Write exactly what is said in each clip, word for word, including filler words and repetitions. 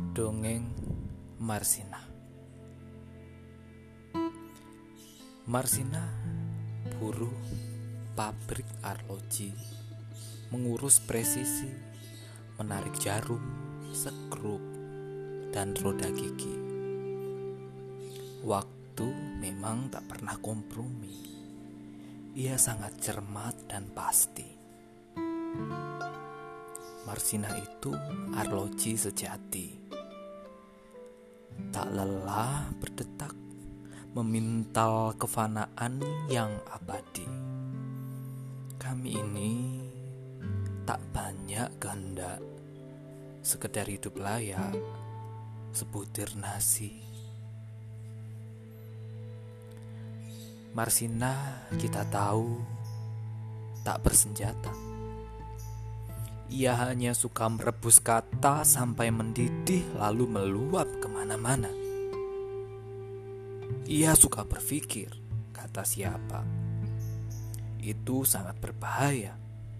Dongeng Marsina. Marsina, buruh pabrik arloji, mengurus presisi, menarik jarum, sekrup, dan roda gigi. Waktu memang tak pernah kompromi. Ia sangat cermat dan pasti. Marsina itu arloji sejati. Tak lelah berdetak, memintal kefanaan yang abadi. Kami ini tak banyak kehendak, sekedar hidup layak, sebutir nasi. Marsina kita tahu tak bersenjata. Ia hanya suka merebus kata sampai mendidih lalu meluap kemana-mana. Ia suka berpikir, kata siapa. Itu sangat berbahaya.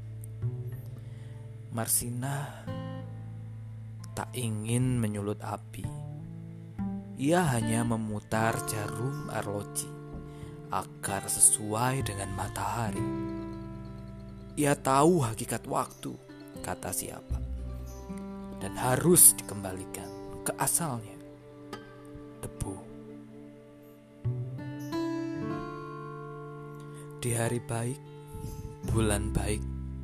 Marsina tak ingin menyulut api. Ia hanya memutar jarum arloji agar sesuai dengan matahari. Ia tahu hakikat waktu, kata siapa, dan harus dikembalikan ke asalnya, debu. Di hari baik, bulan baik,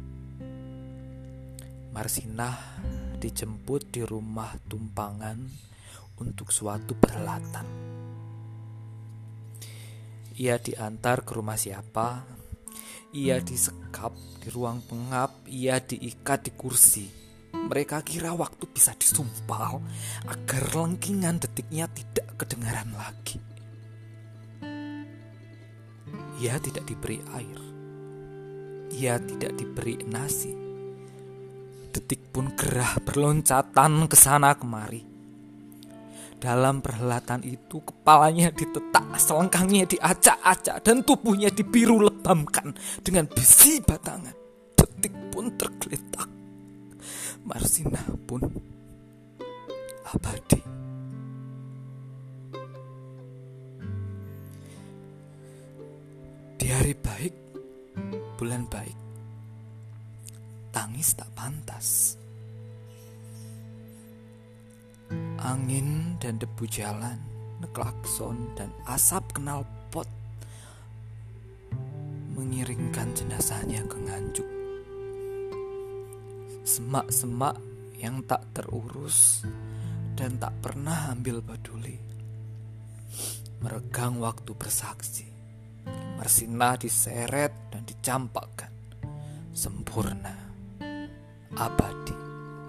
Marsina dijemput di rumah tumpangan untuk suatu perhelatan. Ia diantar ke rumah siapa, ia disekap di ruang pengap, ia diikat di kursi. Mereka kira waktu bisa disumpal agar lengkingan detiknya tidak kedengaran lagi. Ia tidak diberi air, ia tidak diberi nasi. Detik pun gerah berloncatan ke sana kemari. Dalam perhelatan itu kepalanya ditetak, selengkangnya diacak-acak, dan tubuhnya dibiru lebamkan dengan besi batangan. Detik pun tergeletak. Marsina pun abadi. Di hari baik, bulan baik, tangis tak pantas. Angin dan debu jalan, klakson dan asap knalpot mengiringkan jenazahnya ke nganjuk. Semak-semak yang tak terurus dan tak pernah ambil peduli, meregang waktu bersaksi. Marsina diseret dan dicampakkan, sempurna, abadi.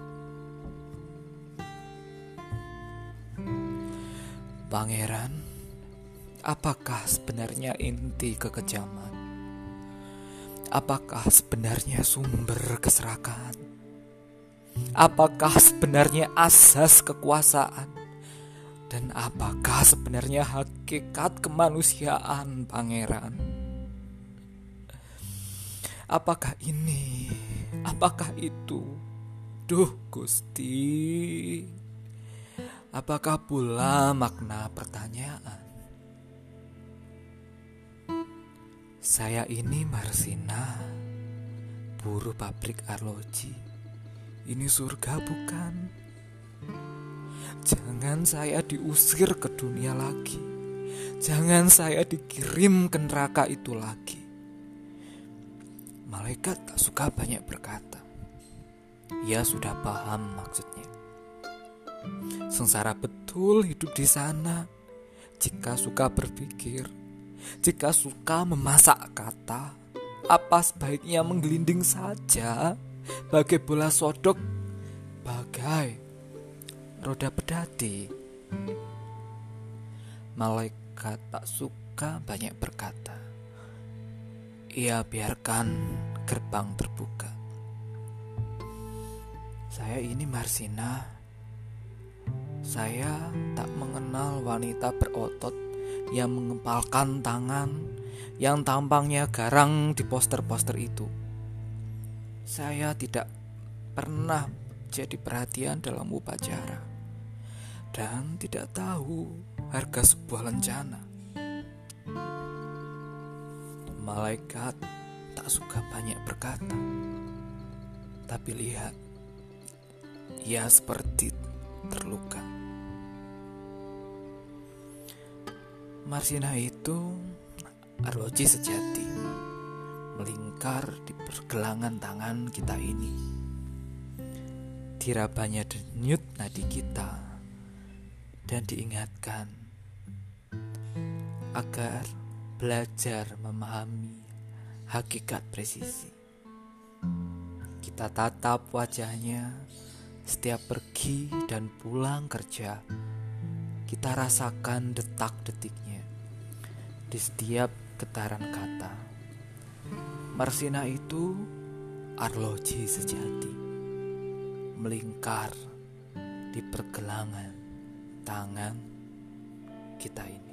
Pangeran, apakah sebenarnya inti kekejaman? Apakah sebenarnya sumber keserakahan? Apakah sebenarnya asas kekuasaan? Dan apakah sebenarnya hakikat kemanusiaan, Pangeran? Apakah ini? Apakah itu? Duh Gusti, apakah pula makna pertanyaan? Saya ini Marsina, buruh pabrik arloji. Ini surga bukan? Jangan saya diusir ke dunia lagi. Jangan saya dikirim ke neraka itu lagi. Malaikat tak suka banyak berkata. Ia sudah paham maksudnya. Sengsara betul hidup di sana. Jika suka berpikir, jika suka memasak kata, apa sebaiknya menggelinding saja bagai bola sodok, bagai roda pedati. Malaikat tak suka banyak berkata. Ia biarkan gerbang terbuka. Saya ini Marsina. Saya tak mengenal wanita berotot yang mengepalkan tangan, yang tampangnya garang di poster-poster itu. Saya tidak pernah jadi perhatian dalam upacara. dan tidak tahu harga sebuah lencana. Malaikat tak suka banyak berkata, tapi lihat, ia seperti terluka. Marsina itu arloji sejati, melingkar di pergelangan tangan kita ini. Dirabanya denyut nadi kita dan diingatkan agar belajar memahami hakikat presisi. Kita tatap wajahnya setiap pergi dan pulang kerja. Kita rasakan detak-detiknya di setiap getaran kata. Marsina itu arloji sejati, melingkar di pergelangan tangan kita ini.